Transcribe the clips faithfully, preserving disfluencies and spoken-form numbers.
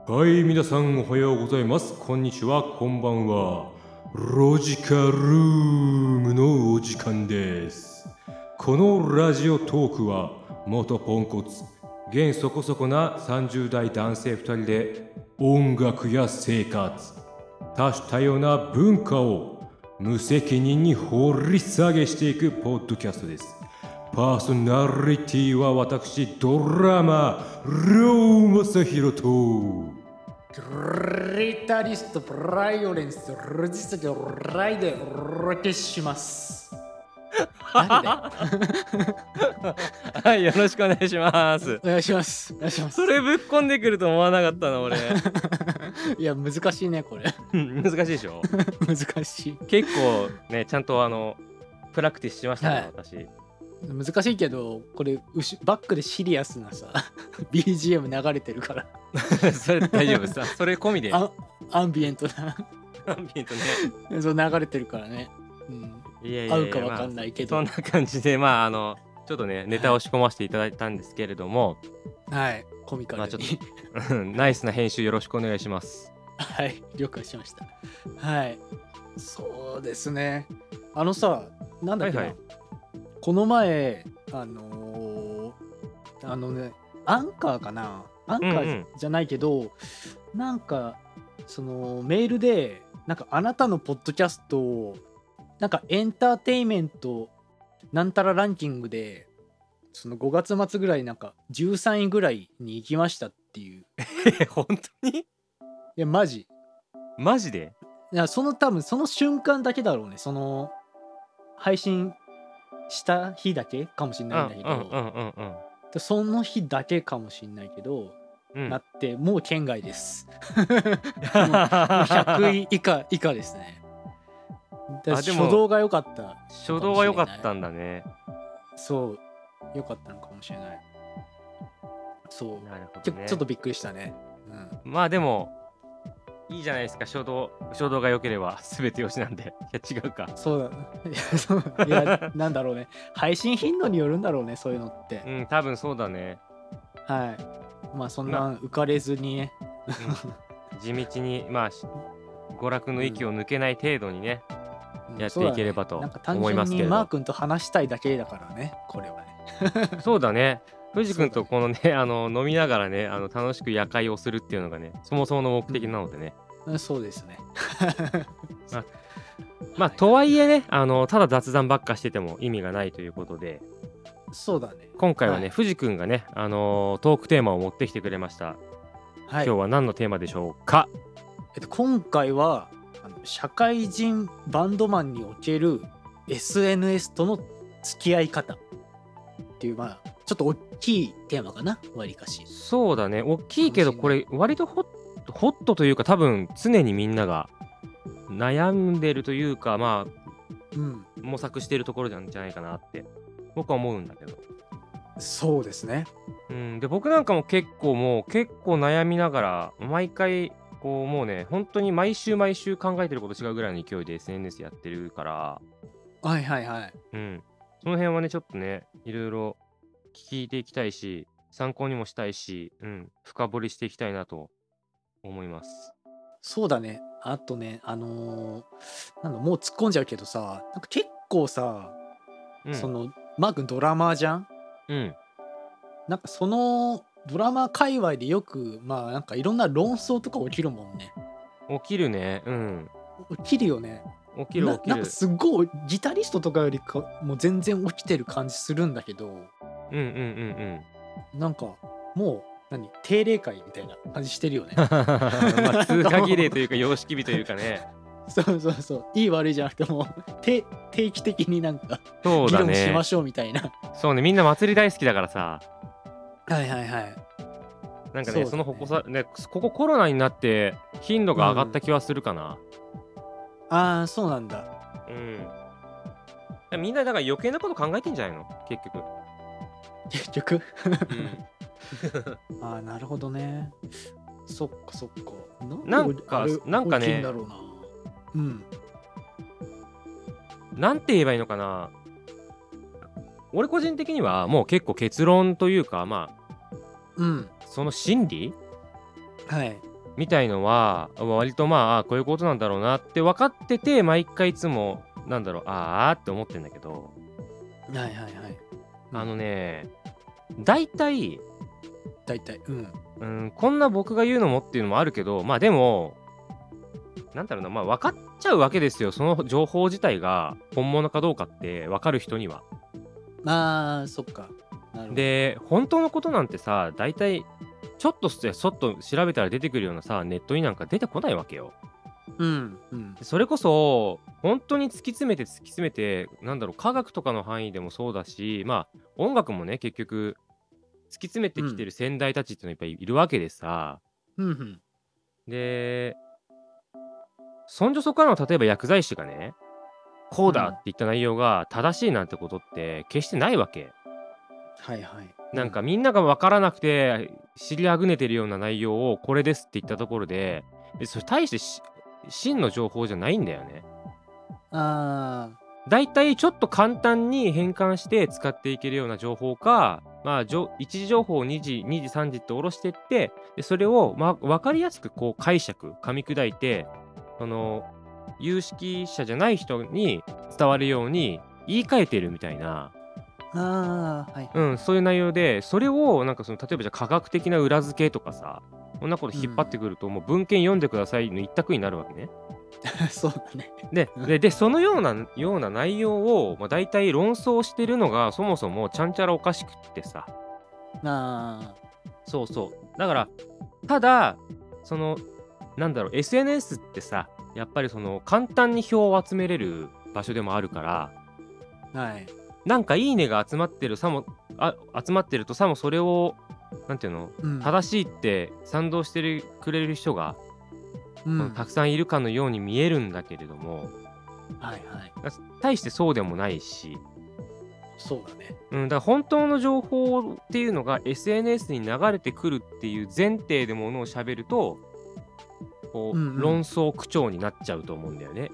はい、皆さんおはようございます。こんにちは、こんばんは。ロジカルームのお時間です。このラジオトークは、元ポンコツ、現そこそこなさんじゅう代男性ふたりで、音楽や生活、多種多様な文化を無責任に掘り下げしていくポッドキャストです。パーソナリティは私、ドラマ、ローマサヒロと、 グリタリストプライオレンスルジストライでお届けします。誰だよはい、よろしくお願いします。 お願いします。お願いします。 それぶっこんでくると思わなかったな、俺。 いや、難しいね、これ。 難しいでしょ。 難しい。 結構ね、ちゃんとあの、プラクティスしましたね、 はい、 私。 難しいけど、これバックでシリアスなさ ビージーエム 流れてるからそれ大丈夫さ。それ込みでアアンビエントなアンビエントね。 そう流れてるからね、うん、 いやいやいや、 合うかわかんないけど、 まあ、そんな感じでまああのちょっとねネタを仕込ませていただいたんですけれども、 はい、コミカルに、 まあ、ちょっとナイスな編集よろしくお願いします。 はい、了解しました。はい、そうですね。あのさ、なんだっけな、はいはい、この前あのー、あのねアンカーかなアンカーじゃないけど、うんうん、なんかそのメールでなんかあなたのポッドキャストをなんかエンターテイメントなんたらランキングでそのごがつ末ぐらいなんかじゅうさんいぐらいに行きましたっていう。 え本当に？いやマジマジで？ いやその多分その瞬間だけだろうね。その配信した日だけかもしれないんだけど、うんうんうんうん、その日だけかもしれないけど、うん、なってもう県外です。もうひゃくい以下以下ですね。だ初動が良かった。 初動は良かったんだね。 そう良かったのかもしれない。そうなるほど、ね、 ちょっとびっくりしたね、 うん、まあでもいいじゃないですか。初動初動が良ければ全てよしなんで。いや違うか。 そうだいやなんだろうね、配信頻度によるんだろうね、そういうのって。 うん多分そうだね。 はいまあそんな浮かれずにね、 うん、地道にまあ娯楽の域を抜けない程度にね、うん、やっていければと思いますけれど、ね、 単純にマー君と話したいだけだからね、これはね。 そうだね。藤君とこのね、あの飲みながらね、あの楽しく夜会をするっていうのがね、そもそもの目的なのでね。 うん、そうですね。 まあ、まあ、とはいえね、あのただ雑談ばっかしてても意味がないということで、 そうだね。 今回はね、はい、藤君がね、あのー、トークテーマを持ってきてくれました。はい、今日は何のテーマでしょうか？ えっと、今回はあの社会人バンドマンにおける エスエヌエス との付き合い方っていう、まあちょっと大きいテーマかな、わりかし。 そうだね、大きいけどこれ割とホット、ホットというか多分常にみんなが悩んでるというか、まあ、うん、模索しているところなんじゃないかなって僕は思うんだけど。 そうですね。 うん、で僕なんかも結構もう結構悩みながら毎回こうもうね本当に毎週毎週考えてること違うぐらいの勢いで エスエヌエス やってるから。 はいはいはい。 うん。その辺はねちょっとねいろいろ聞いていきたいし参考にもしたいし、うん、深掘りしていきたいなと思います。 そうだね。あとね、あのー、なんだもう突っ込んじゃうけどさ、なんか結構さ、うん、そのマー君ドラマーじゃん？ うん。 なんかそのドラマ界隈でよくまあなんかいろんな論争とか起きるもんね。 起きるね。うん。 起きるよね。 起きる起きる。 な, なんかすごいギタリストとかよりかもう全然起きてる感じするんだけど。うんうんうんうんうん。なんかもう何定例会みたいな感じしてるよね。 まあ通過儀礼というか様式美というかね。 そうそうそう、いい悪いじゃなくても定期的になんか議論しましょうみたいな。 そうだね。そうね、みんな祭り大好きだからさ。 はいはいはい。 なんかね、そ, ねそのほこさね、ここコロナになって頻度が上がった気はするかな。 うん、ああそうなんだ。 うん。みんなだから余計なこと考えてんじゃないの結局。 結局。 うん。 ああなるほどね。そっかそっか。 なんかなんかね。うん。なんて言えばいいのかな。俺個人的にはもう結構結論というかまあ、 うん、 その心理、 はい、 みたいのは割とまああこういうことなんだろうなって分かってて毎回いつもなんだろうあーって思ってんだけど、 はいはいはい。 あのね大体大体うんうんこんな僕が言うのもっていうのもあるけど、まあでもなんだろうな、まあ分かっちゃうわけですよ、その情報自体が本物かどうかって分かる人には。 あーそっか、なるほど。 で本当のことなんてさ大体ちょっとしてそっと調べたら出てくるようなさネットになんか出てこないわけよ。 うんうんそれこそ本当に突き詰めて突き詰めてなんだろう科学とかの範囲でもそうだし、まあ音楽もね結局突き詰めてきてる先代たちっていうのいっぱいいるわけでさ、 うんうんでそんじょそこらの例えば薬剤師がねこうだって言った内容が正しいなんてことって決してないわけ。 はいはい。 なんかみんなが分からなくて知りあぐねてるような内容をこれですって言ったところで、でそれ大してし真の情報じゃないんだよね。 あだいたいちょっと簡単に変換して使っていけるような情報か、まあ、じょ一次情報をにじ、にじ、さんじって下ろしていって、でそれを、まあ、分かりやすくこう解釈、噛み砕いて、その有識者じゃない人に伝わるように言い換えてるみたいな、 ーあーはい。 うん、そういう内容で、それをなんかその例えばじゃあ科学的な裏付けとかさ、こんなこと引っ張ってくると、もう文献読んでくださいの一択になるわけね。 そうだね。 でででそのようなような内容を、まあ、大体論争してるのがそもそもちゃんちゃらおかしくってさ、 あそうそうだからただそのなんだろう エスエヌエス ってさやっぱりその簡単に票を集めれる場所でもあるから、 あはい。 なんかいいねが集まってるさもあ集まってるとさもそれをなんていうの、 うん正しいって賛同してるくれる人が、 うんたくさんいるかのように見えるんだけれども、 はいはい。 大してそうでもないし、 そうだね。 うん、だから本当の情報っていうのが エスエヌエス に流れてくるっていう前提でものを喋るとこう、 うんうん論争口調になっちゃうと思うんだよね。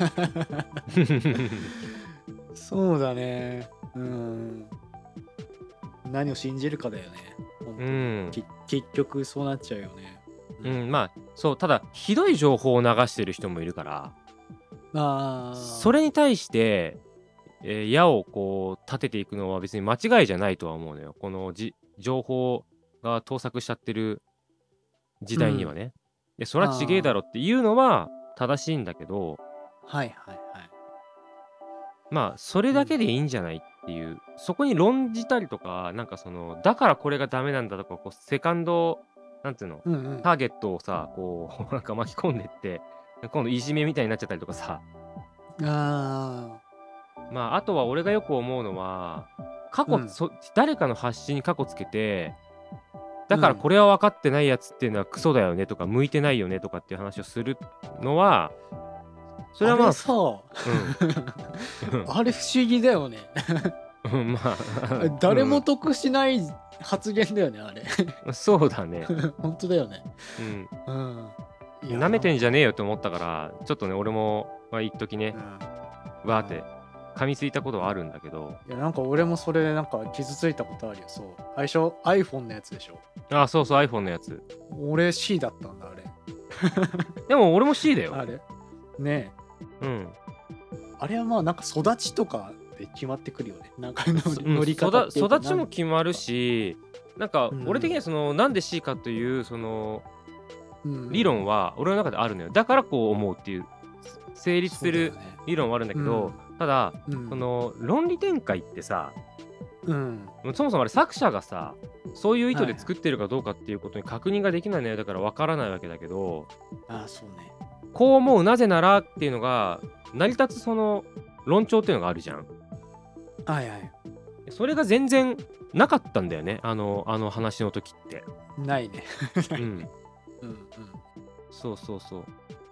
そうだね。うん。何を信じるかだよね。本当にうん、 き結局そうなっちゃうよね。 うん、まあそうただひどい情報を流してる人もいるからああ。 それに対して、えー矢をこう立てていくのは別に間違いじゃないとは思うのよ。このじ情報が盗作しちゃってる時代にはね。でそれはちげえだろっていうのは正しいんだけど、 はいはいはい。 まあそれだけでいいんじゃないっていう、そこに論じたりとかなんかそのだからこれがダメなんだとかこうセカンドなんていうのうんうん。 ターゲットをさこうなんか巻き込んでって今度いじめみたいになっちゃったりとかさ、 あまああとは俺がよく思うのは過去、 うんそ誰かの発信に過去つけてだからこれは分かってないやつっていうのはクソだよねとか向いてないよねとかっていう話をするのはそそれはまあさ、 うんあれ不思議だよね。 うんまあ誰も得しない発言だよね、あれ。 うんそうだね、 本当だよね。 うんうん。いや舐めてんじゃねえよって思ったからちょっとね俺もまあ一時ねうんわーって噛みついたことはあるんだけど、 いやなんか俺もそれでなんか傷ついたことあるよ。そう最初 iPhone のやつでしょ。 あそうそう iPhone のやつ俺 C だったんだあれ。 でも俺も C だよ。 あれねえうんあれはまあなんか育ちとかで決まってくるよね。なんかのうん乗り方っていうか育育ちも決まるしなんかうん俺的にはそのなんで C かというそのうん理論は俺の中であるのよ。だからこう思うっていう成立するそうだよね理論はあるんだけど、ただうんその論理展開ってさうんそもそもあれ作者がさそういう意図で作ってるかどうかっていうことに確認ができないのよ。だからわからないわけだけど、 ああそうねこう思うなぜならっていうのが成り立つその論調っていうのがあるじゃん。 はいはいそれが全然なかったんだよね、あのあの話の時って。 ないねうんうんうんそうそうそう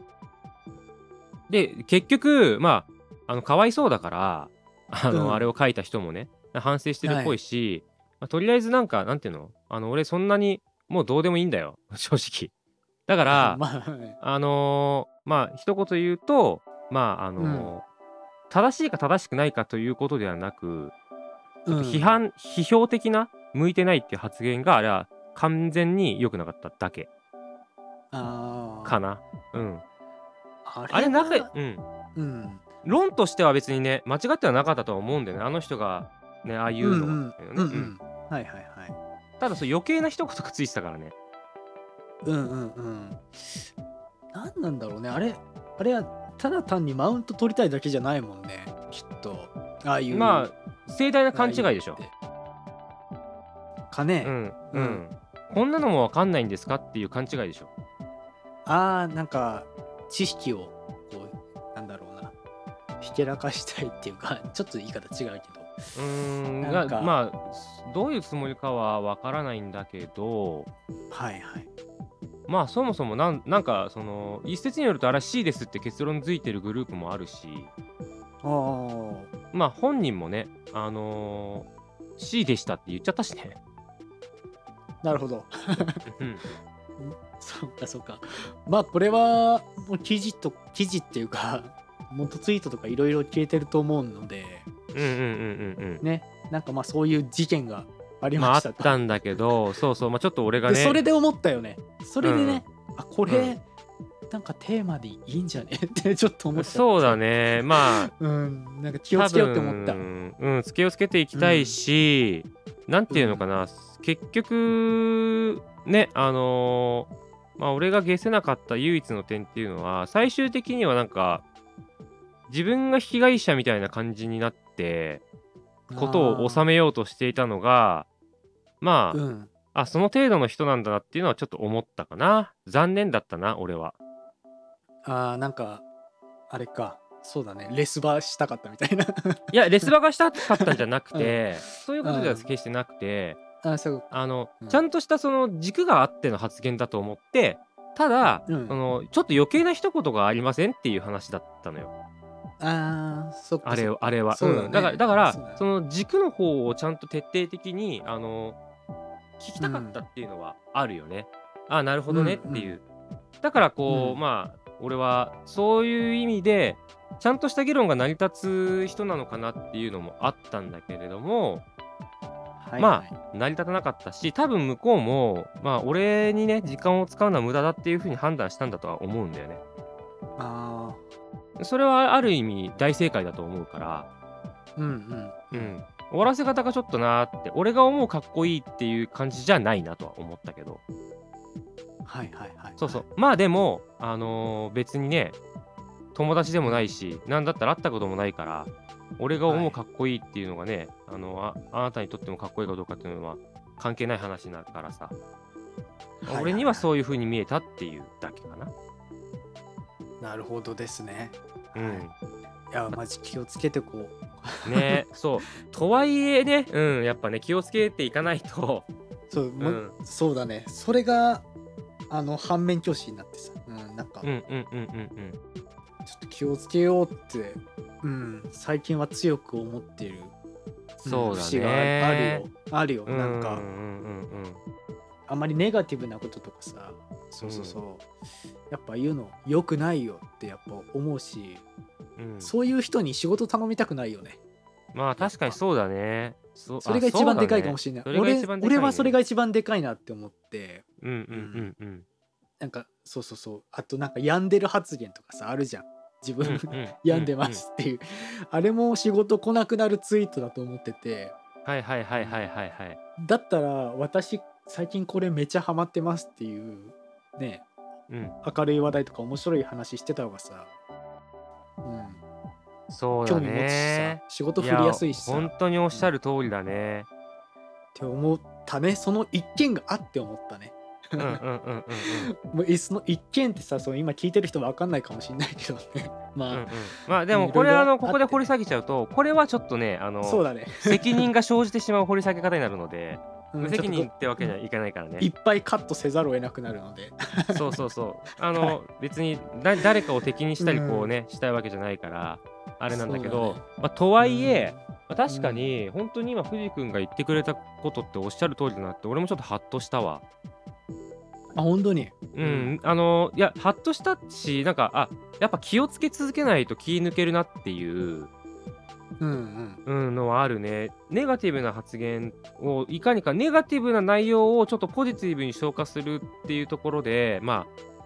で結局まああのかわいそうだからあの、 うんあれを書いた人もね反省してるっぽいし、まあ、とりあえずなんかなんていうのあの俺そんなにもうどうでもいいんだよ正直だからまあねあのーまあ一言言うとまああのー正しいか正しくないかということではなくちょっと批判、批評的な向いてないっていう発言があれは完全に良くなかっただけ。 ああ。 かな。うん。 ああれ、なんか、 れは、 うん。 うん。 論としては別にね、間違ってはなかったとは思うんだよね。あの人がね、ああいうのは。 うんうん。 だよね。うん。 うんうん。はいはいはい。 ただ、そう余計な一言がついてたからね。 うんうんうん。なんなんだろうね。あれ、あれはただ単にマウント取りたいだけじゃないもんね。きっと。ああいう、 まあ、盛大なああいうのっ勘違いでしょ。 て。かね。 うん、ううん。 ん。こんなのもわかんないんですかっていう勘違いでしょ。 ああ、なんか、知識を、こう、なんだろうな。ひけらかしたいっていうか、ちょっと言い方違うけど。 うーん、が、 なんか、 まあ、すどういうつもりかはわからないんだけど、 はいはい。 まあ、そもそもなんなんか、その、一説によるとあれは C ですって結論づいてるグループもあるし、 ああ、 まあ、本人もね、あの、C でしたって言っちゃったしね。 なるほど。 うん。 そうかそうか。まあこれはもう記事と記事っていうか元ツイートとかいろいろ消えてると思うのでうんうんうんうんうん。 ね、なんかまあそういう事件がありまあ、あっましたと。 たんだけど、そうそう、ま、ちょっと俺がでそれね、 で思ったよね。それでね、あこうんれなんかテーマでいいんじゃねってちょっと思っちゃって。 そうだね、まあ、 うんなんか気を多つけようって思った。 分、うん、気をつけていきたいし、なんていうのかな、結局、ね、あの、まあ、俺が消せなかった唯一の点っていうのは、最終的にはなんか、自分が被害者みたいな感じになって、ことを収あめようとしていたのが、まーうんあ、あ、その程度の人なんだなっていうのはちょっと思ったかな。残念だったな、俺は。 あーなんかあれかそうだねレスバーしたかったみたいな。 いや、レスバがしたかったんじゃなくうんて、そういうことではうん決してなくて、 あそうあの、 うんちゃんとしたその軸があっての発言だと思って、ただ、 うんその、ちょっと余計な一言がありませんっていう話だったのよ。 ああ、そっかあれそっか。 あれは。 そうだうん。だからね。 だから、 そうだね。 その軸の方をちゃんと徹底的に、あの、聞きたかったうん。 っていうのはあるよね。ああ、なるほうんうどねっていん。 う。だからこう、 うん。 まあ、俺はそういう意味で、ちゃんとした議論が成り立つ人なのかなっていうのもあったんだけれども、まはいはい。 あ、成り立たなかったし、多分向こうも、まあ、俺にね、時間を使うのは無駄だっていう風に判断したんだとは思うんだよね。 ああ、 それはある意味大正解だと思うから、 うんうんうん。 うん。終わらせ方がちょっとなーって、俺が思うかっこいいっていう感じじゃないなとは思ったけど。 はいはいはいはい。 そうそう。まあでも、あのー別にね、友達でもないし、なんだったら会ったこともないから、俺が思うかっこいいっていうのがね、あの、ああなたにとってもかっこいいかどうかっていうのは関係ない話になるからさ、 はいはい俺にはそういう風に見えたっていうだけかな。 なるほどですね。 うん。 いや、マジ気をつけてこう。 ね、そう。とはいえね、うん、やっぱね、気をつけていかないと、 そう、もうん、 そうだね。それが、あの、反面教師になってさ、うん、なんか、 うんうんうんうんうん。 ちょっと気をつけようって、うん、最近は強く思っている、うん、 そうだ節があね。 あるよ。あるよ。 うんうんなんか、 うんあまりネガティブなこととかさ、そうそうそう、やっぱ言うの良くないよってやっぱ思うし、 うん。うん。 そういう人に仕事頼みたくないよね。 まあ確かにそうだね。そそれが一番でかいかもしれない。 それが俺一番でかいね俺はそれが一番でかいなって思って、 うんうんうんうん。 なんかそうそうそう、あとなんか病んでる発言とかさあるじゃん。自分、 うんうん病んでますっていう、あれも仕事来なくなるツイートだと思ってて、 はいはいはいはいはいはい。 だったら私最近これめちゃハマってますっていうね、 うん。 明るい話題とか面白い話してた方がさ、うん、 そうだ興味持つしさね。 仕事振りやすいしさや本当におっしゃる通りだね。 って思ったね。その一件があって思ったね。 うんうんうんうんうん。 もうえその一件ってさ、その今聞いてる人分かんないかもしれないけどね。まあ、 うんうん、まあでもいろいろこれあのここであって掘り下げちゃうと、これはちょっとね、あのそうだね。 責任が生じてしまう掘り下げ方になるので、 うん無責任ちょってわけにはいかないからね。 いっぱいカットせざるを得なくなるので。 そうそうそう。あの、別にだ誰かを敵にしたりこうね、したいわけじゃないから、あれなんだけど、 そうだねまあ、とはいえ、 うんまあ確かに本当に今藤君が言ってくれたことっておっしゃる通りだなって俺もちょっとハッとしたわ。 あ、本当に。 うん、あのいやハッとしたし、なんかあやっぱ気をつけ続けないと気抜けるなっていううんうん。 うん、のはあるね。ネガティブな発言をいかにかネガティブな内容をちょっとポジティブに消化するっていうところで、まあ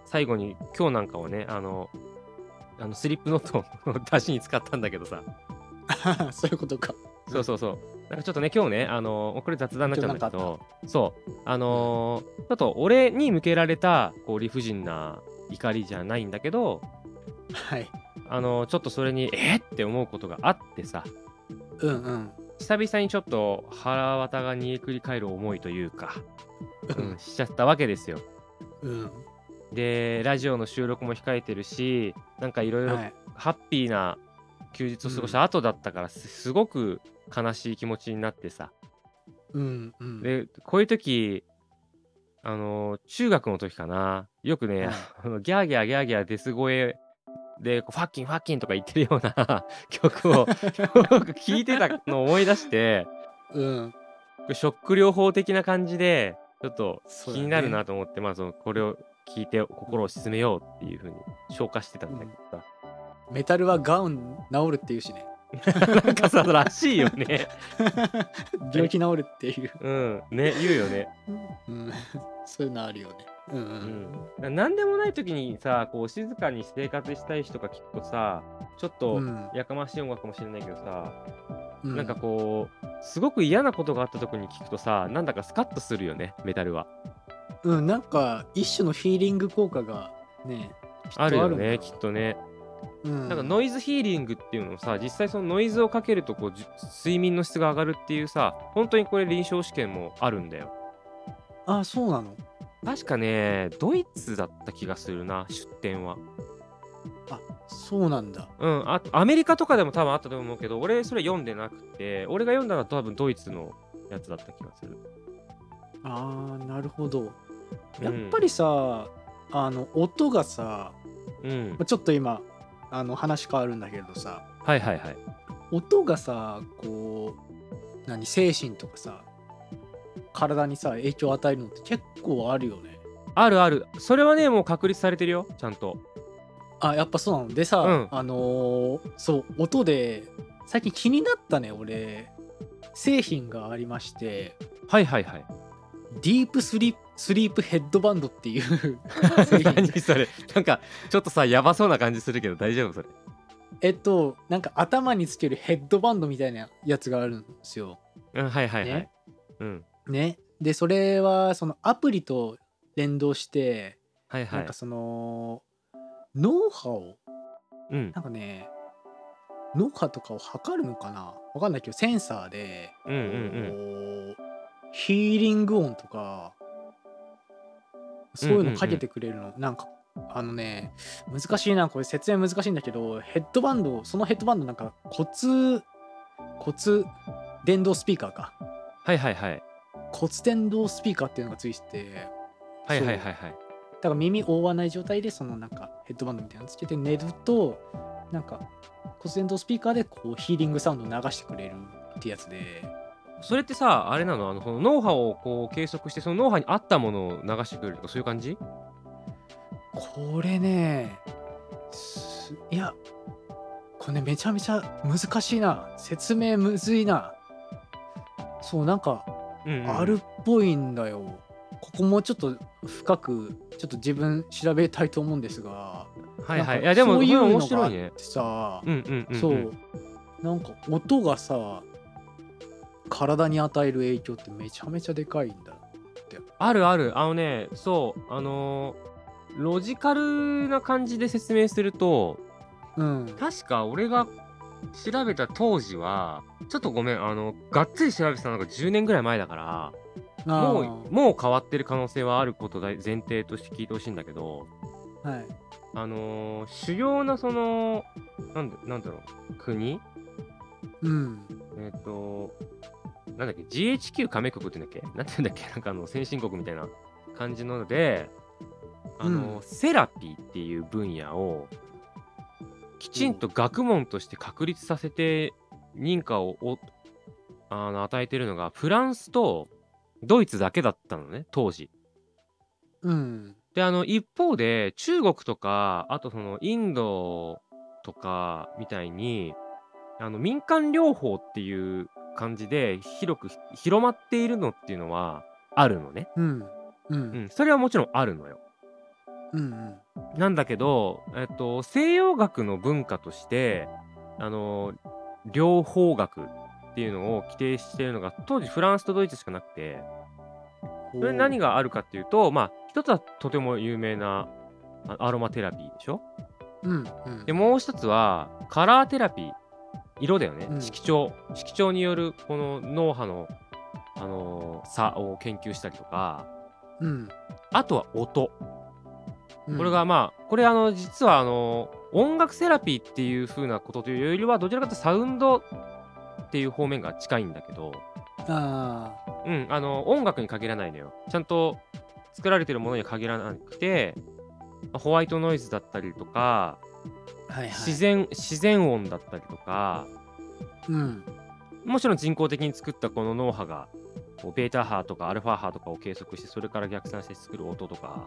最後に今日なんかはね、あの、あのスリップノットの出しに使ったんだけどさ。 そういうことか。 そうそうそう。なんかちょっとね、今日ね、あのこれ雑談になっちゃうんだけど、そう、あのーちょっと俺に向けられたこう理不尽な怒りじゃないんだけど、 はい。 あのーちょっとそれにえっって思うことがあってさ、 うんうん。 久々にちょっと腹渡が煮えくり返る思いというか、 ううんん、しちゃったわけですよ。 うん。 で、ラジオの収録も控えてるし、なんかいろいろはい。 ハッピーな休日を過ごした後だったから、すすごく悲しい気持ちになってさ。 うんうん。 で、こういう時、あの、中学の時かな、よくね、 はいあのギャーギャーギャーギャーデス声で、こうファッキンファッキンとか言ってるような曲をよく聴いてたのを思い出して、 うん。 ショック療法的な感じで、ちょっとそうだね気になるなと思って、まあ、そのこれを聞いて心を鎮めようっていう風に消化してたんだけどさ。 メタルはガウン治るっていうしね。 なんかさ、らしいよね。 病気治るっていう。 うん、ね、言うよね。 うん。そういうのあるよね。うんう。 うんん。なんでもない時にさ、こう静かに生活したい人が聞くとさ、ちょっとうんやかましい音楽かもしれないけどさ、 うなんかこう、すごく嫌なことがあった時に聞くとさ、なんだかスカッとするよね、メタルは。 うん、なんか一種のヒーリング効果がね、きっとあるよね、 んだろうきっとね。 うん。 なんかノイズヒーリングっていうのもさ、実際そのノイズをかけるとこう、じ睡眠の質が上がるっていうさ、本当にこれ臨床試験もあるんだよ。 あ、そうなの。 確かね、ドイツだった気がするな、出典は。 あ、そうなんだ。 うん、あアメリカとかでも多分あったと思うけど、俺それ読んでなくて、俺が読んだのは多分ドイツのやつだった気がする。 あー、なるほど。 うんやっぱりさ、あの音がさ、 うんま。あちょっと今あの話変わるんだけどさ、 はいはいはい。 音がさ、こう何精神とかさ、体にさ影響を与えるのって結構あるよね。 あるある。それはね、もう確立されてるよ、ちゃんと。 あ、やっぱそうなのでさ、 うんあのーそう音で最近気になったね、俺製品がありまして、 はいはいはい。 ディープスリープスリープヘッドバンドっていう製品何それ。なんか、ちょっとさ、やばそうな感じするけど、大丈夫それ。 えっとなんか頭につけるヘッドバンドみたいなやつがあるんですよ。 うん、はいはいはい。 ねうん。 ね。でそれはそのアプリと連動して、 はいはいなんか。その脳波をうん。 なんかね脳波とかを測るのかな、わかんないけどセンサーでうんうんうん。 こうヒーリング音とかそういうのかけてくれるの、なんかあのね難しいな、これ説明難しいんだけど、ヘッドバンド、そのヘッドバンドなんか骨骨伝導スピーカーか、 はいはいはい。 骨伝導スピーカーっていうのがついてて、 はいはいはいそうはい。 だから耳覆わない状態でそのなんかヘッドバンドみたいなのつけて寝ると、なんか骨伝導スピーカーでこうヒーリングサウンドを流してくれるってやつで、 それってさ、あれなの、あの、その脳波をこう計測して、その脳波に合ったものを流してくれるとか、そういう感じ？ これねすいやこれねめちゃめちゃ難しいな、説明むずいな。そうなんかうんうん。 あるっぽいんだよ。ここもうちょっと深くちょっと自分調べたいと思うんですが、 はいはい。 なんかいや、でも、 そういうこれ面のがあっ白いね。 てさ、 うんうんうん。 そうなんか音がさ体に与える影響ってめちゃめちゃでかいんだって。 あるある。あのね、そう、あのーロジカルな感じで説明すると、 うん確か俺が調べた当時は、ちょっとごめん、あの、がっつり調べてたのがじゅうねんぐらい前だから、もう、もう変わってる可能性はあることだ前提として聞いてほしいんだけど、 うはいあのー主要なその、なんだなんだろう、国うんえっ、と、なんだっけ、ジーエイチキュー 加盟国って言うんだっけ、なんて言うんだっけ、なんかあの、先進国みたいな感じので、あのーうんセラピーっていう分野を、きちんと学問として確立させて、認可をおあの与えてるのが、フランスとドイツだけだったのね、当時。 うんで、あの、一方で、中国とか、あとその、インドとかみたいに、あの、民間療法っていう感じで、広く広まっているのっていうのは、あるのね。 うんううんん、それはもちろんあるのよ。 うんうんなんだけど、えっと、西洋学の文化としてあの両方学っていうのを規定しているのが当時フランスとドイツしかなくて、それ何があるかっていうと、まあ一つはとても有名なあアロマテラピーでしょ。 うんうんでもう一つはカラーテラピー、色だよね、 うん色調色調によるこの脳波の、あのー差を研究したりとか、 うんあとは音、 うんこれがまあこれあの実はあの音楽セラピーっていう風なことというよりはどちらかというとサウンドっていう方面が近いんだけど、 あうんあの音楽に限らないのよ。ちゃんと作られてるものに限らなくて、まあホワイトノイズだったりとか、 あはいはい自然自然音だったりとか、 うんもちろん人工的に作ったこの脳波がこうベータ波とかアルファ波とかを計測してそれから逆算して作る音とか、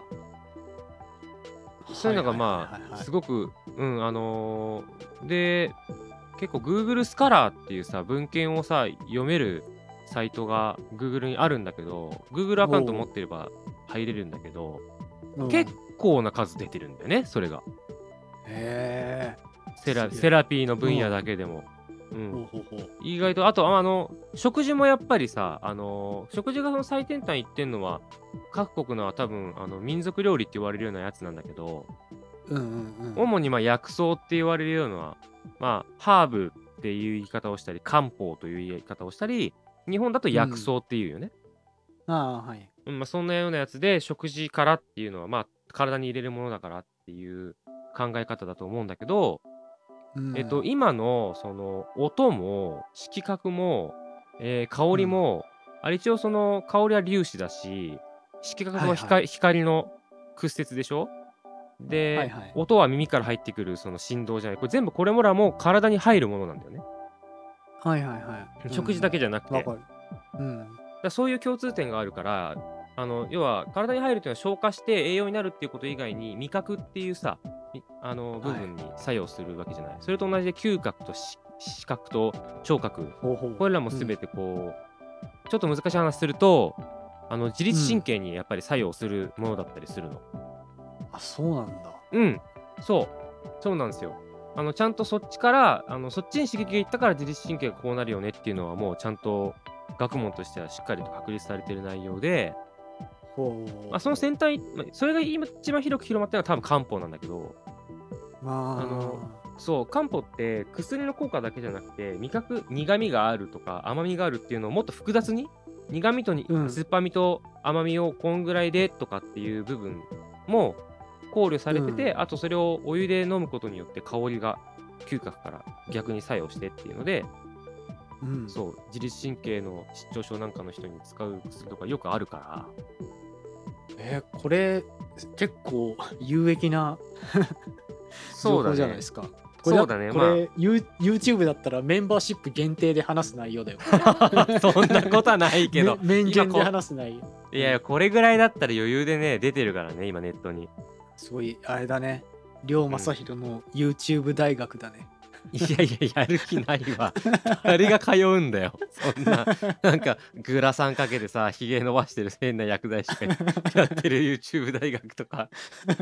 そういうのがまあすごくうんあのーで結構 Google スカラーっていうさ文献をさ読めるサイトが Google にあるんだけど、 Google アカウント持ってれば入れるんだけど、結構な数出てるんだよねそれが。 へえセラすげえセラピーの分野だけでも。う、 ほうんほうほう意外とあとあの食事もやっぱりさ、あのー食事がその最先端行ってんのは各国のは多分あの民族料理って言われるようなやつなんだけど、 うんうんうん主にまあ薬草って言われるようなまあハーブっていう言い方をしたり漢方という言い方をしたり、日本だと薬草っていうよね、 ああはいうんまあ、そんなようなやつで食事からっていうのはまあ体に入れるものだからっていう考え方だと思うんだけど、 うんえっと、今のその音も色覚も、えー香りも、あれ一応その香りは粒子だし、色覚も光,、 はいはい光の屈折でしょ。で、 はいはい音は耳から入ってくるその振動じゃない、これ全部これもらも体に入るものなんだよね、 はいはいはい食事だけじゃなくて、 わかるうんだからそういう共通点があるから、あの要は体に入るというのは消化して栄養になるっていうこと以外に味覚っていうさみあの部分に作用するわけじゃない、それと同じで嗅覚とし視覚と聴覚、 ほうほうこれらも全てこう、ちょっと難しい話するとあの自律神経にやっぱり作用するものだったりするの。 あそうなんだうんそうそうなんですよ。あのちゃんとそっちからあのそっちに刺激がいったから自律神経がこうなるよねっていうのはもうちゃんと学問としてはしっかりと確立されている内容で、 ほうまあ、その先端、まあそれが今一番広く広まってるのは多分漢方なんだけど、 まああのそう漢方って薬の効果だけじゃなくて味覚苦味があるとか甘みがあるっていうのをもっと複雑に苦味とに、 うん酸っぱみと甘みをこんぐらいでとかっていう部分も考慮されてて、あとそれをお湯で飲むことによって香りが嗅覚から逆に作用してっていうので、 うんそう自律神経の失調症なんかの人に使う薬とかよくあるから。 えーこれ結構有益な情そうだね報じゃないですか。これそうだねこれ、ユー YouTube だったらメンバーシップ限定で話す内容だよ。 そんなことはないけどめ面見で今こ話す内容。 いやいやこれぐらいだったら余裕でね出てるからね今ネットに。 すごいあれだね。龍正弘の YouTube 大学だね。 いやいややる気ないわ誰が通うんだよそんななんかグラサンかけてさひげ伸ばしてる変な薬剤師がやってる YouTube 大学とか、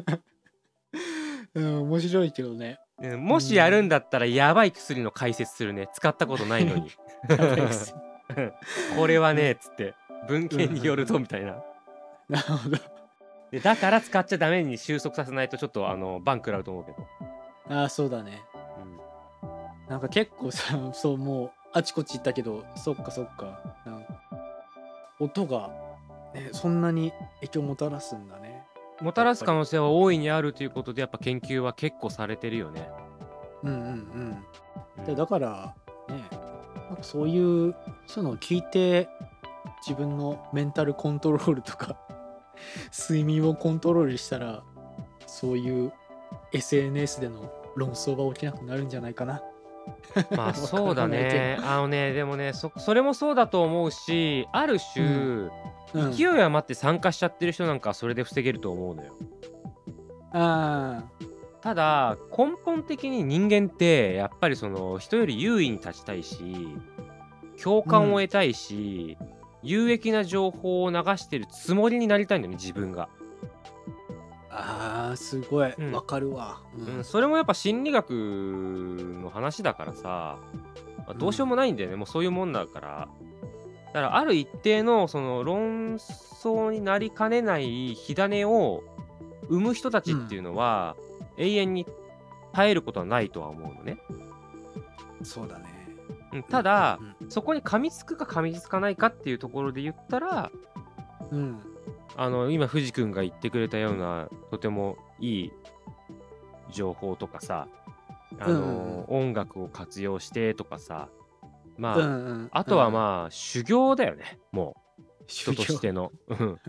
うん面白いけどね。 うんもしやるんだったらやばい薬の解説するね、使ったことないのにこれはねっつって文献によるとみたいな。 なるほど。 でだから使っちゃダメに収束させないとちょっとあのバン食らうと思うけど、 ああそうだね。 うんなんか結構さそうもうあちこち行ったけどそっかそっかなんか音が、ね、そんなに影響をもたらすんだね。 もたらす可能性は大いにあるということでやっぱ研究は結構されてるよね。 うんうんうん。 うんでだからねなんかそういうそういうのを聞いて自分のメンタルコントロールとか睡眠をコントロールしたらそういう エスエヌエス での論争が起きなくなるんじゃないかな。 まあそうだわからないね。あのねでもね そ, それもそうだと思うし、ある種、 うん勢い余って参加しちゃってる人なんかはそれで防げると思うのよ。 あただ根本的に人間ってやっぱりその人より優位に立ちたいし共感を得たいし、有益な情報を流してるつもりになりたいんだよね自分が。 ーあーすごいうんわかるわ。ううん、 んそれもやっぱ心理学の話だからさ、まあどうしようもないんだよね、もうそういうもんだから。だからある一定のその論争になりかねない火種を生む人たちっていうのは、永遠に耐えることはないとは思うのね。 そうだね。 うん、ただ、 うんそこに噛みつくか噛みつかないかっていうところで言ったら、 うんうんあの今藤君が言ってくれたようなとてもいい情報とかさ、あのうんうん音楽を活用してとかさ、まあ、 うんうんあとはまあ修行だよね、もう人と修行しての。うん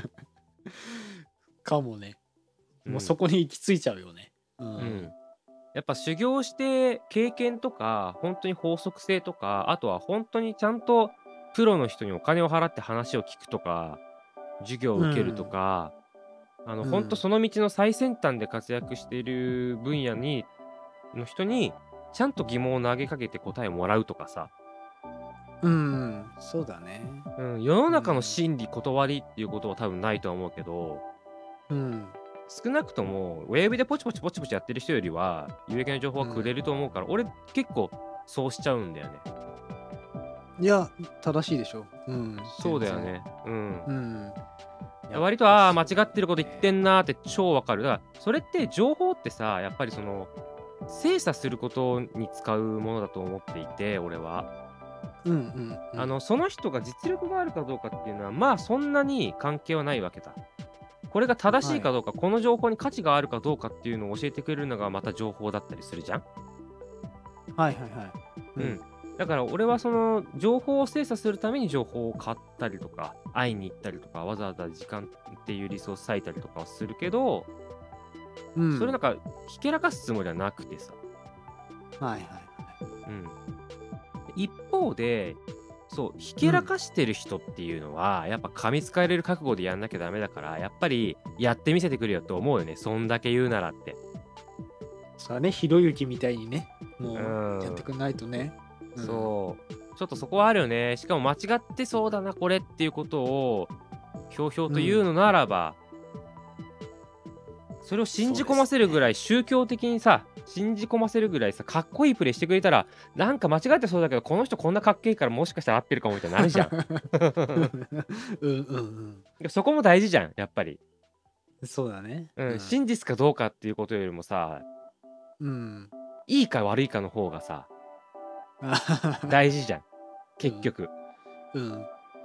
かもね。 うんもうそこに行き着いちゃうよね。ううんんやっぱ修行して経験とか本当に法則性とか、あとは本当にちゃんとプロの人にお金を払って話を聞くとか授業を受けるとか、あのうん本当その道の最先端で活躍している分野にの人にちゃんと疑問を投げかけて答えをもらうとかさ、 うんそうだね。 うん、世の中の真理断りっていうことは多分ないとは思うけど、 うん少なくとも親指でポチポチポチポチやってる人よりは有益な情報はくれると思うから、俺結構そうしちゃうんだよね。 いや正しいでしょ。うんそうだよ。ね。うん全然うん割とああ間違ってること言ってんなーって超わかる。だからそれって情報ってさ、やっぱりその精査することに使うものだと思っていて、俺は。 うんうんうんあのその人が実力があるかどうかっていうのはまあそんなに関係はないわけだ。これが正しいかどうか、この情報に価値があるかどうかっていうのを教えてくれるのがまた情報だったりするじゃん。 はいはいはい。 うんだから俺はその情報を精査するために情報を買ったりとか会いに行ったりとかわざわざ時間っていうリソース割いたりとかはするけど、 うんそれなんかひけらかすつもりはなくてさ、 はいはいうん、一方でそうひけらかしてる人っていうのは、やっぱ噛みつかれる覚悟でやんなきゃダメだから、やっぱりやってみせてくれよと思うよね、そんだけ言うならって。 そうだね。ひろゆきみたいにねもうんうやってくんないとね。うんそうちょっとそこはあるよね。しかも間違ってそうだなこれっていうことをひょうひょうと言うのならば、それを信じ込ませるぐらい宗教的にさ信じ込ませるぐらいさかっこいいプレーしてくれたら、なんか間違ってそうだけどこの人こんなかっけいいからもしかしたら合ってるかもみたいになるじゃん。 うんうんそこも大事じゃんやっぱり、 うんそうだね。 うん真実かどうかっていうことよりもさ、 うんいいか悪いかの方がさあ大事じゃん結局。 うんうん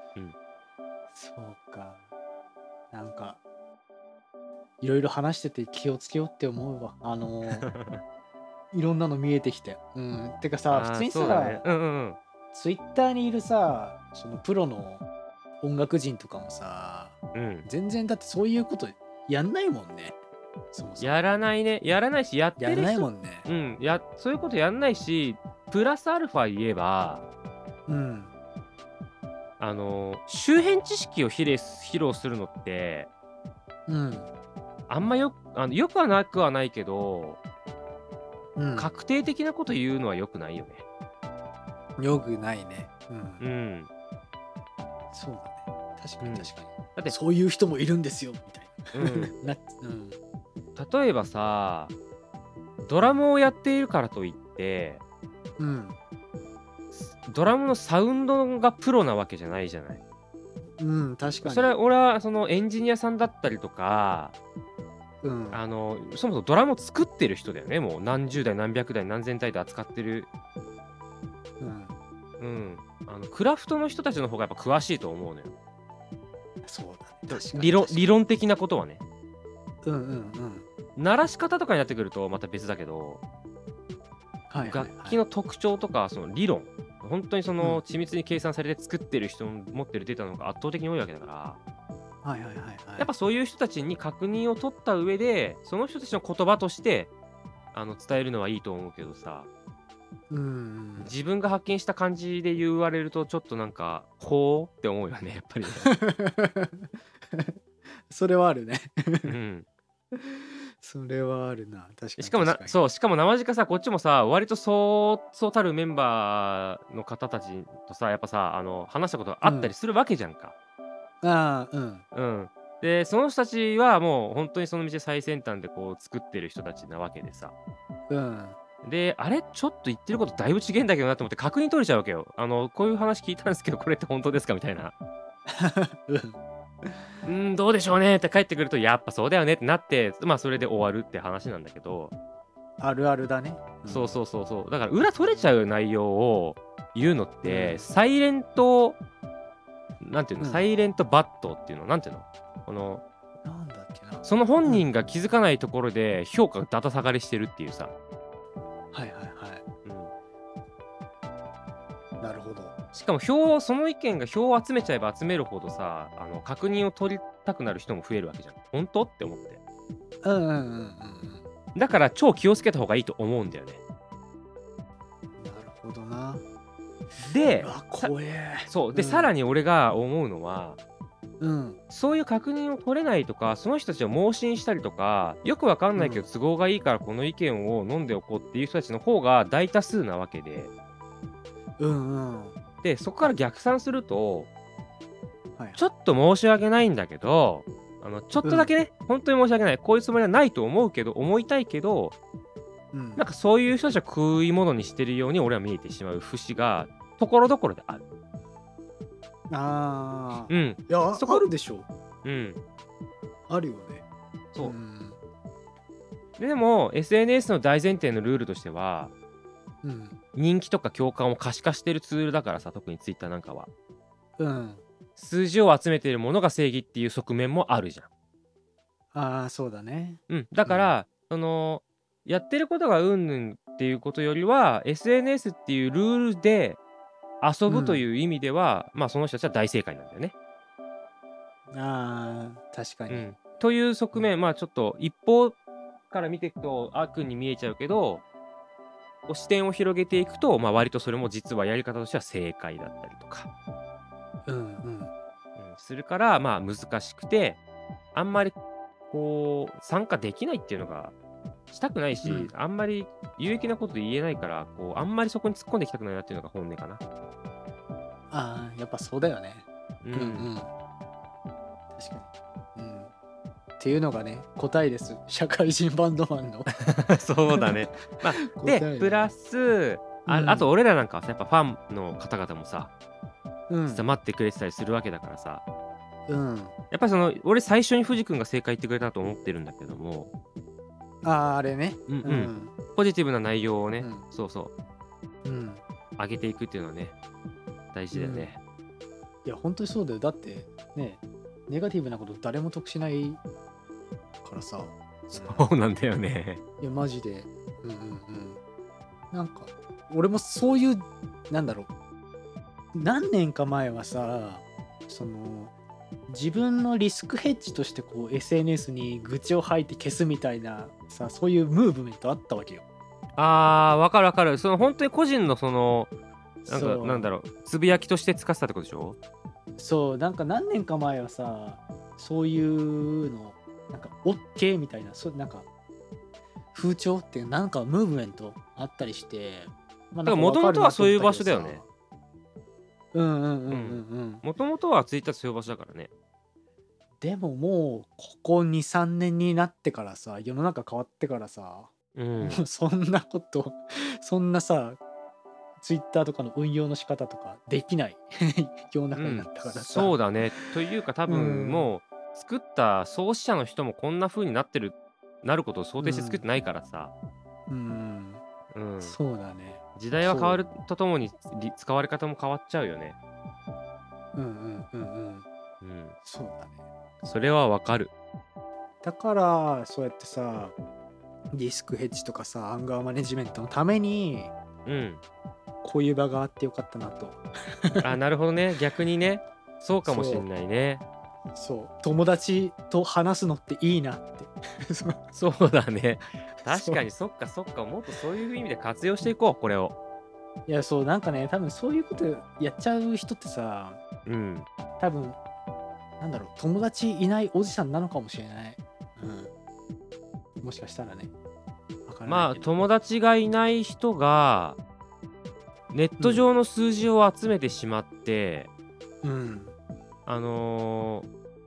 そうか。なんかいろいろ話してて気をつけようって思うわ。あのーいろんなの見えてきて。うん。てかさ、 あー普通にそうだねさ、 うんうんうんツイッターにいるさ、そのプロの音楽人とかもさ、 うん全然だってそういうことやんないもんね。そもそもやらないねやらないしやってやらる人ないもんね。 うんやそういうことやんないし、プラスアルファ言えばうん。 あのー周辺知識を披露披露するのってうん。 あんまよあのよくはなくはないけど、 うん。 確定的なこと言うのはよくないよね。 よくないね。うん。 うんそうだね。確かうんに確かに。 だってそういう人もいるんですよ、みたいうんな。なうん。 例えばさドラムをやっているからといってうん。 ドラムのサウンドがプロなわけじゃないじゃない。 うん、確かに。 それは俺はそのエンジニアさんだったりとか、 うん。 あのそもそもドラムを作ってる人だよね。もう何十台何百台何千台で扱ってる、 うん。 うん、あのクラフトの人たちの方がやっぱ詳しいと思うのよ。 そうだね。確かに理論確かに理論的なことはね。 うんうんうん。 鳴らし方とかになってくるとまた別だけど、 はいはいはい、 楽器の特徴とかその理論、本当にそのうん緻密に計算されて作ってる人の持ってるデータの方が圧倒的に多いわけだから、 はいはいはいはい。 やっぱそういう人たちに確認を取った上でその人たちの言葉としてあの伝えるのはいいと思うけどさ、 うんうん。 自分が発見した感じで言われるとちょっとなんかほうって思うよねやっぱりね。 それはあるね。 うんそれはあるな。確かに。 しかもな確かにそうしかも生近さこっちもさ割とそうそうたるメンバーの方たちとさやっぱさあの話したことあったりするわけじゃんか。 ああ、うん。 うんでその人たちはもう本当にその道最先端でこう作ってる人たちなわけでさ。 うんであれちょっと言ってることだいぶ違えんだけどなと思って確認取れちゃうわけよ。あのこういう話聞いたんですけどこれって本当ですかみたいな。 うんうーんどうでしょうねって帰ってくるとやっぱそうだよねってなって、まあそれで終わるって話なんだけど、 あるあるだね。 そうそうそうそう、だから裏取れちゃう内容を言うのって、うん、サイレントなんていうの、うん、サイレントバットっていうのなんていうの、このなんだっけな、 その本人が気づかないところで評価がだだ下がりしてるっていうさ。 はいはいはい、うん、なるほど。 しかも票その意見が票を集めちゃえば集めるほどさ、あの確認を取りたくなる人も増えるわけじゃん。本当って思って。 うんうんうんうん。 だから超気をつけた方がいいと思うんだよね。 なるほどな。 で、 うわ怖え。 そうで、 うん、 さらに俺が思うのは、 うん、 そういう確認を取れないとか、その人たちを盲信したりとか、よくわかんないけど都合がいいからこの意見を飲んでおこうっていう人たちの方が大多数なわけで、 うんうん、 でそこから逆算すると、 はい、 ちょっと申し訳ないんだけど、あのちょっとだけね、うん、本当に申し訳ない、こういうつもりはないと思うけど、思いたいけど、うん、なんかそういう人たちは食い物にしてるように俺は見えてしまう節がところどころである。 ああ、 うん、 いやそこあるでしょう。うん、 あるよね。 そう。うん、で, でも エスエヌエス の大前提のルールとしては、うん、人気とか共感を可視化してるツールだからさ、特に Twitter なんかは。うん。数字を集めているものが正義っていう側面もあるじゃん。 ああ、そうだね。 うん。だから、うん、そのやってることがうんぬんっていうことよりは エスエヌエス っていうルールで遊ぶという意味では、うん、まあその人たちは大正解なんだよね。 ああ、確かに、うん。 という側面、まあちょっと一方から見ていくと悪に見えちゃうけど、こう視点を広げていくと、まあ、割とそれも実はやり方としては正解だったりとか、うんうんうん、するから、まあ難しくて、あんまりこう参加できないっていうのがしたくないし、うん、あんまり有益なこと言えないから、こうあんまりそこに突っ込んでいきたくないなっていうのが本音かな。 ああ、やっぱそうだよね。 うん、うんうん、 確かに。うん。っていうのがね、答えです。社会人バンドマンの。 そうだね。まあ、で、プラス、あ、うん、あと俺らなんかはさ、やっぱファンの方々もさ、うん、待ってくれてたりするわけだからさ、うん、やっぱりその俺最初に藤君が正解言ってくれたと思ってるんだけども、 ああ、あれね、 うんうん、うん、ポジティブな内容をね、うん、そうそう、うん、上げていくっていうのはね大事だよね、 うん、いや本当にそうだよ。だってね、ネガティブなこと誰も得しないからさ。 そうなんだよね。 いやマジで、うんうんうん、なんか俺もそういう、なんだろう、何年か前はさ、その自分のリスクヘッジとしてこう エスエヌエス に愚痴を吐いて消すみたいなさ、そういうムーブメントあったわけよ。 あー、わかるわかる。その本当に個人のそのなんかなんだろう、つぶやきとして使ってたってことでしょ。 そう、なんか何年か前はさ、そういうのなんか OK みたいな、そなんか風潮っていうなんかムーブメントあったりして、 まあ、だからもともとはそういう場所だよね。 うんうんうんうんうん。 もともとはツイッターそういう場所だからね。 でももうここにさんねんになってからさ、世の中変わってからさ、うん、もうそんなことそんなさツイッターとかの運用の仕方とかできない世の中になったからさ、うん、 そうだね。というか多分もう作った創始者の人もこんな風になってるなることを想定して作ってないからさ、 うんうん、うん、そうだね。 時代は変わるとともに使われ方も変わっちゃうよね。 うんうんうんうん、うん、そうだね。 それはわかる。 だからそうやってさ、リスクヘッジとかさ、アンガーマネジメントのために、うん、こういう場があってよかったなと。 あ、なるほどね。逆にね、そうかもしれないね。 そう、友達と話すのっていいなってそうだね。確かにそっかそっか、もっとそういう意味で活用していこう、これを。 いや、そう、なんかね、多分そういうことやっちゃう人ってさ、うん、多分なんだろう、友達いないおじさんなのかもしれない、うん、もしかしたらね。 まあ友達がいない人がネット上の数字を集めてしまって、うん、あのー、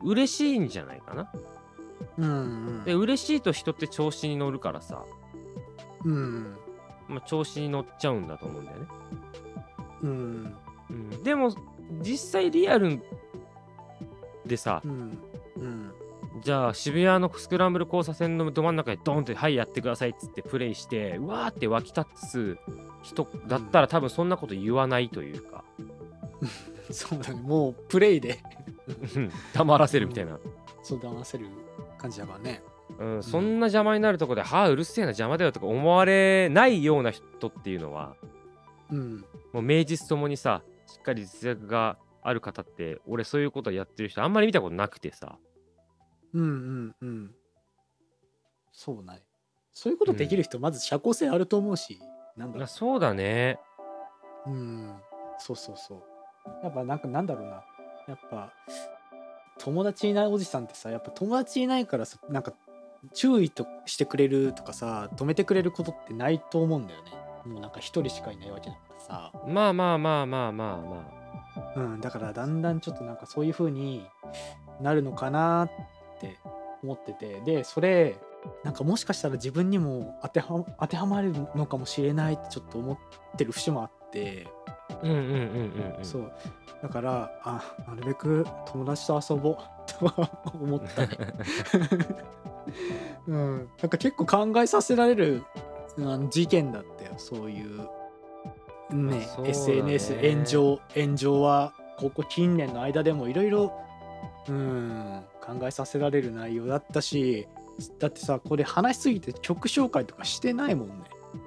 嬉しいんじゃないかな。 うんうんで嬉しいと人って調子に乗るからさ、 うんまあ、調子に乗っちゃうんだと思うんだよね。 うんうん、でも実際リアルでさ、 うんうんじゃあ渋谷のスクランブル交差点のど真ん中でドンってはいやってくださいっつってプレイしてうわーって湧き立つ人だったら多分そんなこと言わないというか、 そうだね、もうプレイでうん黙らせるみたいな、 そう騙せる感じだからね。 うん、そんな邪魔になるとこではあうるせえな邪魔だよとか思われないような人っていうのはうんもう名実ともにさしっかり実力がある方って俺そういうことやってる人あんまり見たことなくてさ、 うんうんうんそうね。そういうことできる人、まず社交性あると思うし、なんだろあそうだね。 う。うんそうそうそう。やっぱなんかなんだろうな。やっぱ友達いないおじさんってさ、やっぱ友達いないからさ、なんか注意としてくれるとかさ、止めてくれることってないと思うんだよね。もうなんか一人しかいないわけだからさ。 まあまあまあまあまあまうん、だからだんだんちょっとなんかそういう風になるのかなって思ってて、でそれなんかもしかしたら自分にも当ては当てはまるのかもしれないってちょっと思ってる節もあって、 あ。うんうんうんうんうん。 そうだからあなるべく友達と遊ぼうとは思ったね。うん、なんか結構考えさせられるあの事件だったよ、そういうね、 そうだねエスエヌエス 炎上炎上はここ近年の間でもいろいろうん考えさせられる内容だったし、だってさこれ話しすぎて曲紹介とかしてないもんね。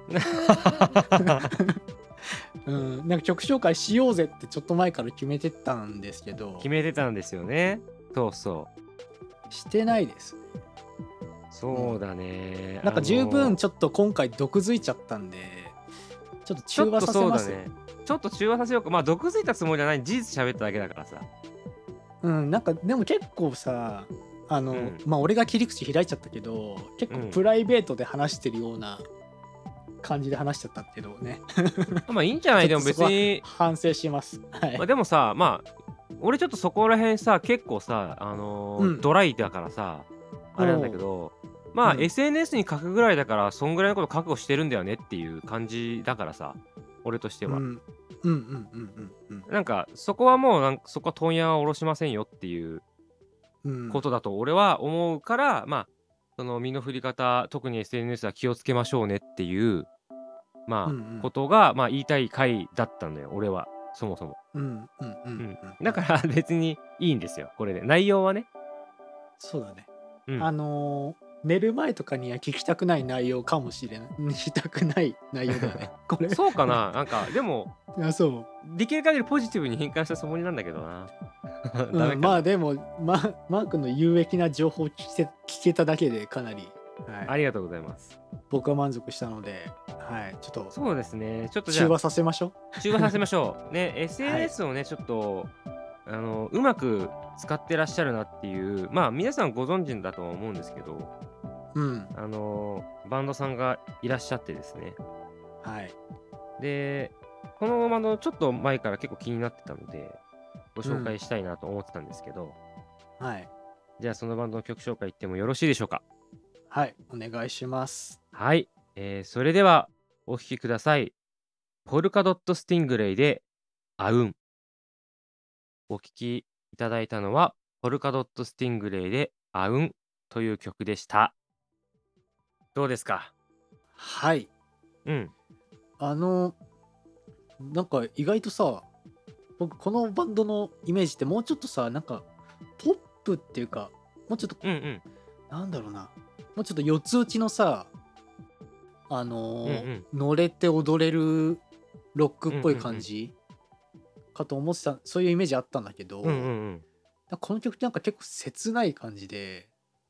うん、なんか曲紹介しようぜってちょっと前から決めてたんですけど、 決めてたんですよね。そうそしてないです。 う。そうだね。 なんか十あの分ちょっと今回毒づいちゃったんで、ちょっと中和ちょっとさせますよ。 そうだね。ちょっと中和させようか。まあ毒づいたつもりはない。事実喋っただけだからさ。 うん、なんかでも結構さあの、 うんまあ俺が切り口開いちゃったけど結構うんプライベートで話してるような感じで話しちゃったけどね。 まあいいんじゃないでもちょっとそこは別に。 反省します。はい。 まあでもさ、まあ俺ちょっとそこら辺さ結構さあのーうんドライだからさあれなんだけど、まあ、 うんエスエヌエス に書くぐらいだからそんぐらいのこと覚悟してるんだよねっていう感じだからさ俺としては、 うんうんうんうんうんなんかそこはもうなんかそこは問屋は下ろしませんよっていううんことだと俺は思うから、まあその身の振り方特に エスエヌエス は気をつけましょうねっていうまあ、 うんうんことが、まあ、言いたい回だったんだよ俺はそもそも、 うんうんうんううんん、だから別にいいんですよこれで内容はね、 そうだね。 うん、 あのー寝る前とかには聞きたくない内容かもしれない。聞きたくない内容だよね。これ。 そうかななんかでもあそう。 できる限りポジティブに変換したつもりなんだけどなダメかな、 うん、まあでも、ま、マー君の有益な情報を聞け聞けただけでかなり、はい、 ありがとうございます。 僕は満足したので、はい、ちょっとそうですね。ちょっとじゃあ中和させましょ中和させましょう。ね、エスエヌエス をね、ちょっとあのうまく使ってらっしゃるなっていう、まあ皆さんご存知だとは思うんですけど、 う。うん。 あのバンドさんがいらっしゃってですね。 はい。 で、このバンドちょっと前から結構気になってたので、ご紹介したいなと思ってたんですけど、 はい。 じゃあそのバンドの曲紹介いってもよろしいでしょうか。 はい。お願いします。 はい、えーそれではお聴きください。ポルカドットスティングレイでアウン。お聴きいただいたのはポルカドットスティングレイでアウンという曲でした。どうですか？ はい。 うん。 あの、なんか意外とさ、僕このバンドのイメージってもうちょっとさ、なんかポップっていうか、もうちょっと、 うんうん。 なんだろうな、もうちょっと四つ打ちのさ、あのーうんうん乗れて踊れるロックっぽい感じかと思ってた、そういうイメージあったんだけど、 うんうんうん。 なんかこの曲ってなんか結構切ない感じで、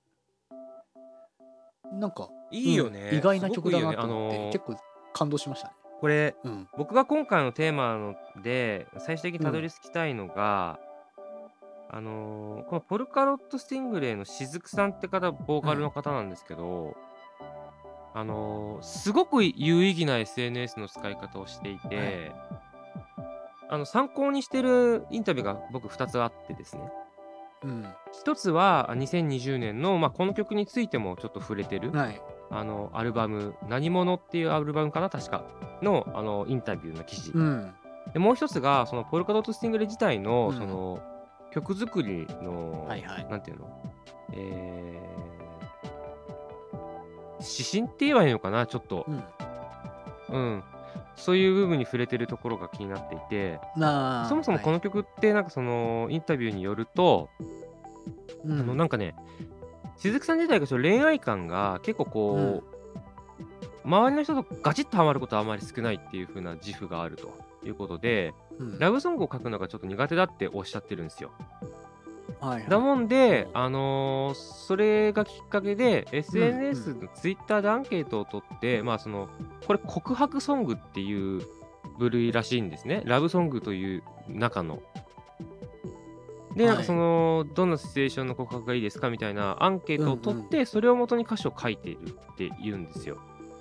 なんかいいよね。 うん意外な曲だすごくいいよねなと思って、 あのー結構感動しましたね。 これうん。 僕が今回のテーマので最終的にたどり着きたいのが、あのーこのポルカロットスティングレイのしずくさんって方ボーカルの方なんですけど、あのーすごく有意義な エスエヌエス の使い方をしていて、あの参考にしてるインタビューが僕ふたつあってですね。 うん一つはにせんにじゅうねんの、まあ、この曲についてもちょっと触れてる、 はいあのアルバム「何者」っていうアルバムかな確かの、あのインタビューの記事、 うんでもう一つがそのポルカドット・スティングレ自体の、 うんその曲作りの、 はいはいなんていうの、えー、指針って言えばいいのかな、ちょっと、 うんうん、そういう部分に触れてるところが気になっていて、 なあそもそもこの曲ってなんかそのインタビューによると、 はい、 あのなんかね、鈴木さん自体がちょっと恋愛観が結構こう、周りの人とガチッとハマることはあまり少ないっていう風な自負があるということで、 うんラブソングを書くのがちょっと苦手だっておっしゃってるんですよ。 はいはいだもんで、 うんあのーそれがきっかけで エスエヌエスうんのツイッターでアンケートを取って、まあそのこれ告白ソングっていう部類らしいんですね。ラブソングという中の。で、なんかはいそのどんなシチュエーションの告白がいいですかみたいなアンケートを取って、それを元に歌詞を書いているって言うんですよ。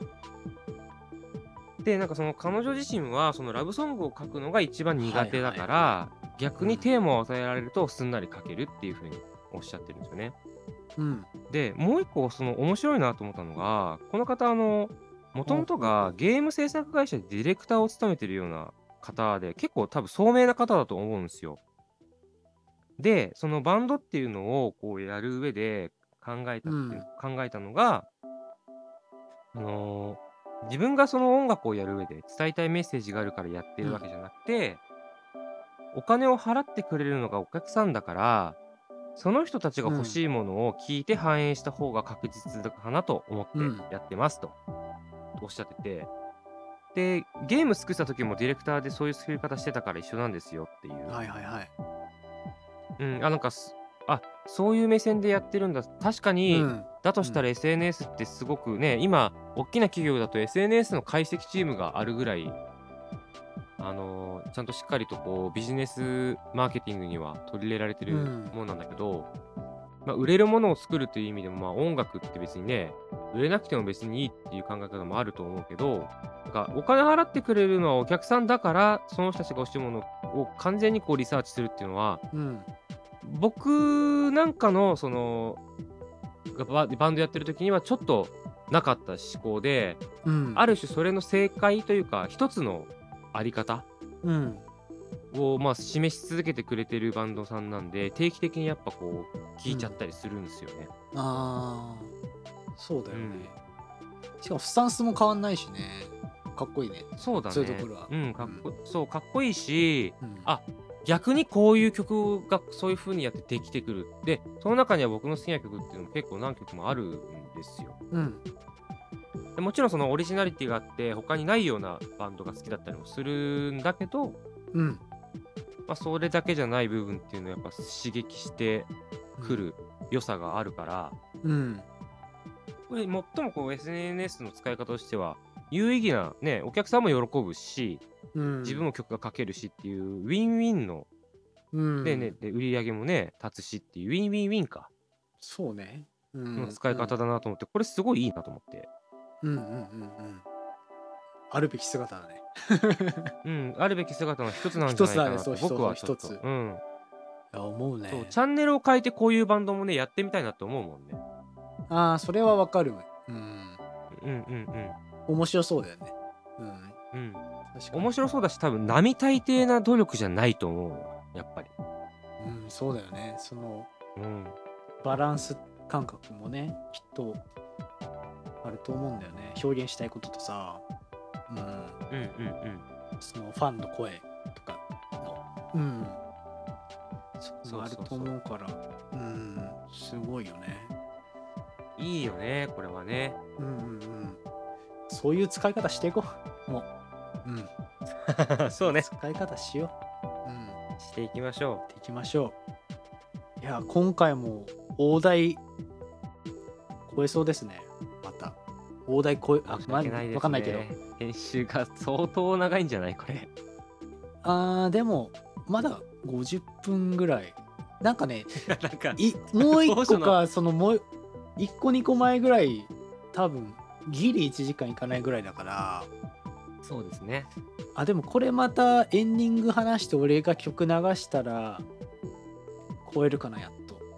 で、なんかその彼女自身はそのラブソングを書くのが一番苦手だから、逆にテーマを与えられるとすんなり書けるっていう風におっしゃってるんですよね。 うんで、もう一個その面白いなと思ったのが、この方あの、もともとがゲーム制作会社でディレクターを務めてるような方で、結構多分聡明な方だと思うんですよ。で、そのバンドっていうのをこうやる上で考えたって、 うん考えたのが、あのー自分がその音楽をやる上で伝えたいメッセージがあるからやってるわけじゃなくて、お金を払ってくれるのがお客さんだから、その人たちが欲しいものを聞いて反映した方が確実かなと思ってうんやってますとおっしゃってて、で、ゲーム作った時もディレクターでそういう作り方してたから一緒なんですよっていう。 はいはいはいうん、あ、なんかす、あ、そういう目線でやってるんだ。確かに、 うんだとしたら エスエヌエス ってすごくね、今、大きな企業だと エスエヌエス の解析チームがあるぐらい、あのーちゃんとしっかりとこうビジネスマーケティングには取り入れられてるうんものなんだけど、まあ、売れるものを作るという意味でも、まあ、音楽って別にね、売れなくても別にいいっていう考え方もあると思うけど、なんかお金払ってくれるのはお客さんだから、その人たちが欲しいものを完全にこうリサーチするっていうのは、 うん僕なんかのそのババンドやってる時にはちょっとなかった思考で、 うんある種それの正解というか一つのあり方うんをまあ示し続けてくれてるバンドさんなんで、定期的にやっぱこう聴いちゃったりするんですよね。 ああそうだよね、しかもスタンスも変わんないしねかっこいいねそうだね。 そういうところはうん、かっこ、そうかっこいいし、 うんあ、逆にこういう曲がそういう風にやってできてくる。で、その中には僕の好きな曲っていうのも結構何曲もあるんですよ。 うんでもちろんそのオリジナリティがあって他にないようなバンドが好きだったりもするんだけど、 うんまあ、それだけじゃない部分っていうのをやっぱ刺激してくる良さがあるから、 うんこれ最もこう エスエヌエス の使い方としては有意義なね、お客さんも喜ぶし、 うん自分も曲が書けるしっていうウィンウィンの、 うんでね、で売り上げもね立つしっていうウィンウィンウィンかそうねうんの使い方だなと思って、これすごいいいなと思って、 うんうんうんうんあるべき姿だねうん、あるべき姿の一つなんじゃないかなと一つだねそう僕はちょっと、 そう一つうん、 いや思うねそうチャンネルを変えてこういうバンドもねやってみたいなと思うもんね。 ああそれはわかるうんうんうん面白そうだよねうんうんうん。 確かに面白そうだし多分並大抵な努力じゃないと思うやっぱり。 うんそうだよねそのうん。 バランス感覚もねきっとあると思うんだよね表現したいこととさ、うん、 うんうんうん。 そのファンの声とかのうんそこがあると思うからうんすごいよねいいよねこれはね。 うんうんうんそういう使い方していこうもううんそうね。 使い方しよううんしていきましょでいきましょういや今回も大台超えそうですねまた大台超えう。 あ申し訳ないですね。 わかんないけど編集が相当長いんじゃないこれ。 あーでもまだごじゅっぷんぐらいなんかねなんかいもう一当初の個かそのもういっこにこまえぐらい多分ギリいちじかんいかないぐらいだからそうですね。 あでもこれまたエンディング話して俺が曲流したら超えるかなやっと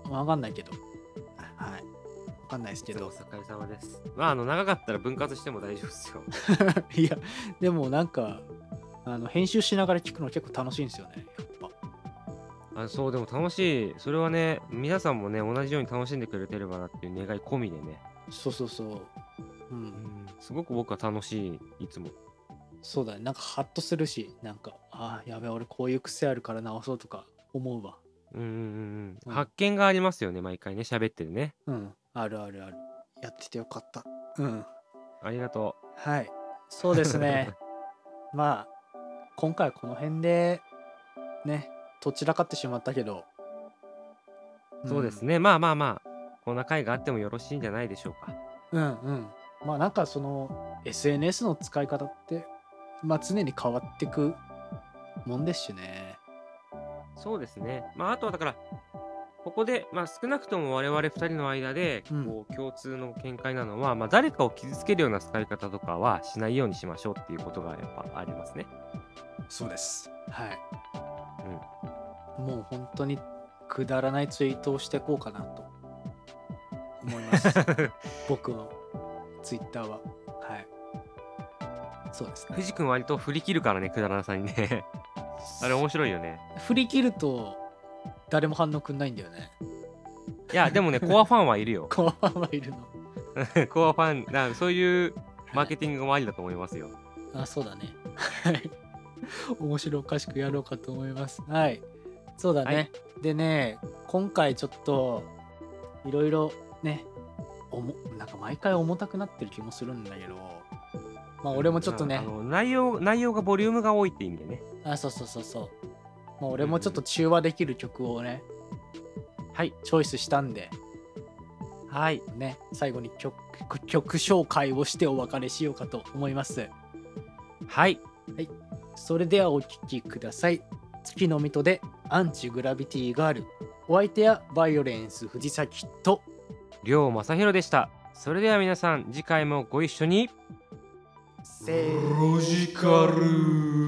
わかんないけど。はい。わかんないですけど。 お疲れ様です。まあ、あの、長かったら分割しても大丈夫ですよ。 いや、でもなんか、あの編集しながら聞くの結構楽しいんですよね、やっぱ。 あ、そう、でも楽しい。それはね、皆さんもね、同じように楽しんでくれてればなっていう願い込みでね。 そうそうそう。う。 うんん、すごく僕は楽しい、いつも。 そうだね。なんかハッとするし、なんか、ああ、やべえ、俺こういう癖あるから直そうとか思うわ。 うんうんうんうん。 うん発見がありますよね、毎回ね、喋ってるね。 うん。あるあるある。やっててよかった。うん。 ありがとはい。そうですね。まあ、今回はこの辺で、ね、どちらかってしまったけど、 う。そうですね。まあまあまあ、こんな回があってもよろしいんじゃないでしょうか。 うんうん。まあなんかその エスエヌエス の使い方って、まあ常に変わってくもんですしね。 そうですね。まあ、あとはだから、ここで、まあ、少なくとも我々ふたりの間で、 うんこう、共通の見解なのは、まあ、誰かを傷つけるような使い方とかはしないようにしましょうっていうことがやっぱありますね。 そうです。はい。もう本当にくだらないツイートをしていこうかなと思います。僕のツイッターは。はい。そうですね。 藤君割と振り切るからね、くだらなさにね。あれ面白いよね。 振り切ると誰も反応くんないんだよね。 いや、でもね、コアファンはいるよ。 コアはいるの。 コアファン、だそういうマーケティングもありだと思いますよ。 あ、そうだね。はい。面白おかしくやろうかと思います。はい。そうだね。 はいでね、今回ちょっといろいろね、おもなんか毎回重たくなってる気もするんだけど、まあ俺もちょっとね、 あの内容、内容がボリュームが多いって意味でね。 あ、そうそうそうそう。まあ俺もちょっと中和できる曲をね、 はい。 チョイスしたんで、 はい。 ね、最後に曲曲紹介をしてお別れしようかと思います。 はい。 それではお聴きください。月の水戸でアンチグラビティガール。お相手はバイオレンス藤崎と、 亮正宏でした。それでは皆さん、次回もご一緒に。 せーロジカル